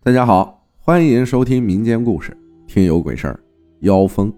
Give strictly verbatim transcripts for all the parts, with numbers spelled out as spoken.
大家好，欢迎收听民间故事，听有鬼事儿，妖风。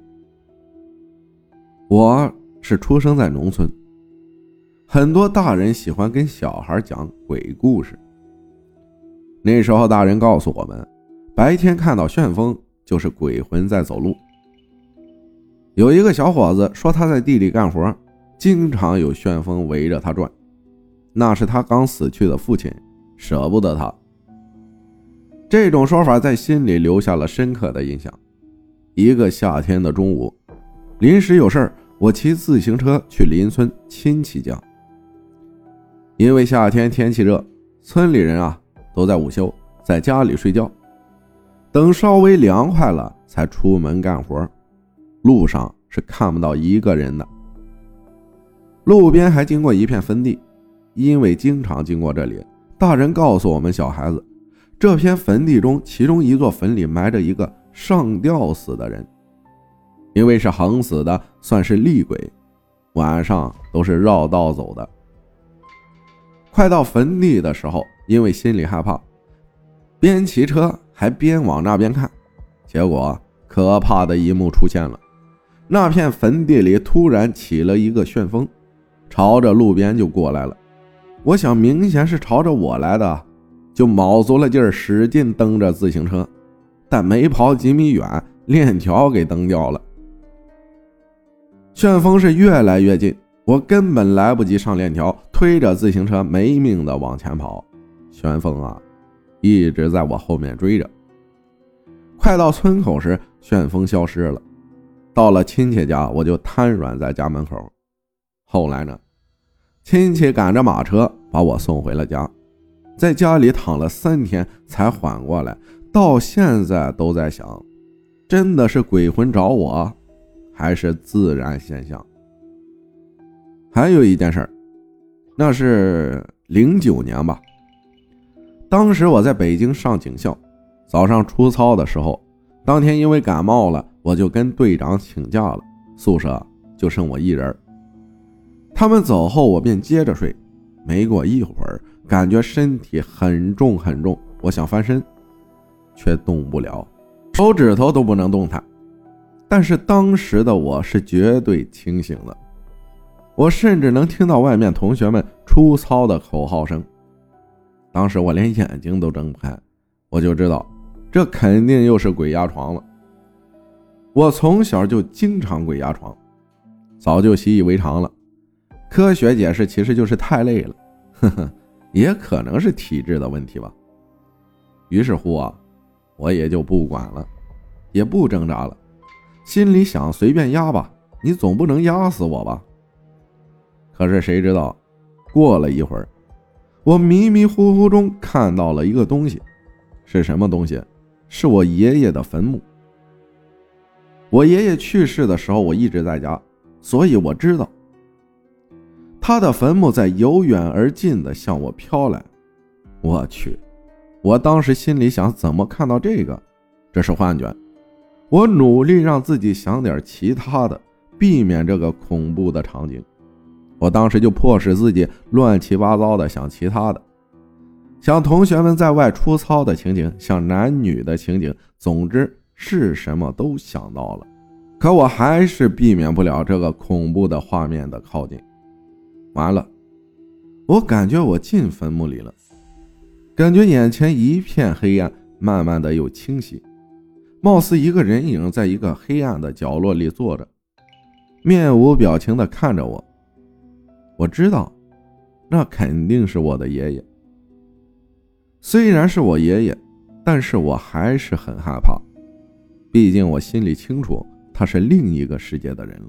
我是出生在农村，很多大人喜欢跟小孩讲鬼故事。那时候大人告诉我们，白天看到旋风就是鬼魂在走路。有一个小伙子说他在地里干活，经常有旋风围着他转，那是他刚死去的父亲，舍不得他。这种说法在心里留下了深刻的印象。一个夏天的中午，临时有事，我骑自行车去邻村亲戚家。因为夏天天气热，村里人啊都在午休，在家里睡觉，等稍微凉快了才出门干活。路上是看不到一个人的，路边还经过一片坟地。因为经常经过这里，大人告诉我们小孩子，这片坟地中其中一座坟里埋着一个上吊死的人，因为是横死的，算是厉鬼，晚上都是绕道走的。快到坟地的时候，因为心里害怕，边骑车还边往那边看，结果可怕的一幕出现了。那片坟地里突然起了一个旋风，朝着路边就过来了。我想明显是朝着我来的，就卯足了劲儿使劲蹬着自行车，但没跑几米远，链条给蹬掉了。旋风是越来越近，我根本来不及上链条，推着自行车没命的往前跑。旋风啊一直在我后面追着。快到村口时，旋风消失了。到了亲戚家，我就瘫软在家门口。后来呢，亲戚赶着马车把我送回了家，在家里躺了三天才缓过来，到现在都在想，真的是鬼魂找我，还是自然现象？还有一件事，那是零九年吧，当时我在北京上警校，早上出操的时候，当天因为感冒了，我就跟队长请假了，宿舍就剩我一人。他们走后，我便接着睡。没过一会儿，感觉身体很重很重，我想翻身，却动不了，手指头都不能动弹。但是当时的我是绝对清醒的，我甚至能听到外面同学们出操的口号声。当时我连眼睛都睁不开，我就知道这肯定又是鬼压床了。我从小就经常鬼压床，早就习以为常了。科学解释其实就是太累了，呵呵，也可能是体质的问题吧。于是乎啊，我也就不管了，也不挣扎了，心里想随便压吧，你总不能压死我吧。可是谁知道，过了一会儿，我迷迷糊糊中看到了一个东西。是什么东西？是我爷爷的坟墓。我爷爷去世的时候，我一直在家，所以我知道他的坟墓在由远而近的向我飘来。我去，我当时心里想，怎么看到这个？这是幻觉。我努力让自己想点其他的，避免这个恐怖的场景。我当时就迫使自己乱七八糟的想其他的，想同学们在外出操的情景，想男女的情景，总之是什么都想到了。可我还是避免不了这个恐怖的画面的靠近。完了，我感觉我进坟墓里了，感觉眼前一片黑暗，慢慢的又清晰，貌似一个人影在一个黑暗的角落里坐着，面无表情的看着我。我知道那肯定是我的爷爷。虽然是我爷爷，但是我还是很害怕，毕竟我心里清楚他是另一个世界的人了。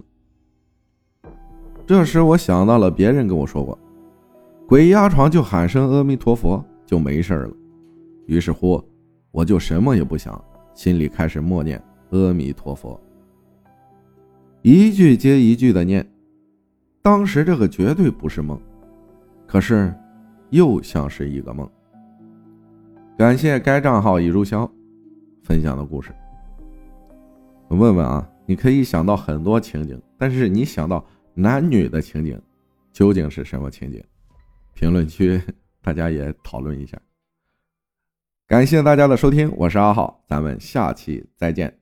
这时我想到了别人跟我说过，鬼压床就喊声阿弥陀佛就没事了。于是乎我就什么也不想，心里开始默念阿弥陀佛，一句接一句的念。当时这个绝对不是梦，可是又像是一个梦。感谢该账号已注销分享的故事。我问问啊，你可以想到很多情景，但是你想到男女的情景究竟是什么情景？评论区大家也讨论一下。 感谢大家的收听，我是阿浩，咱们下期再见。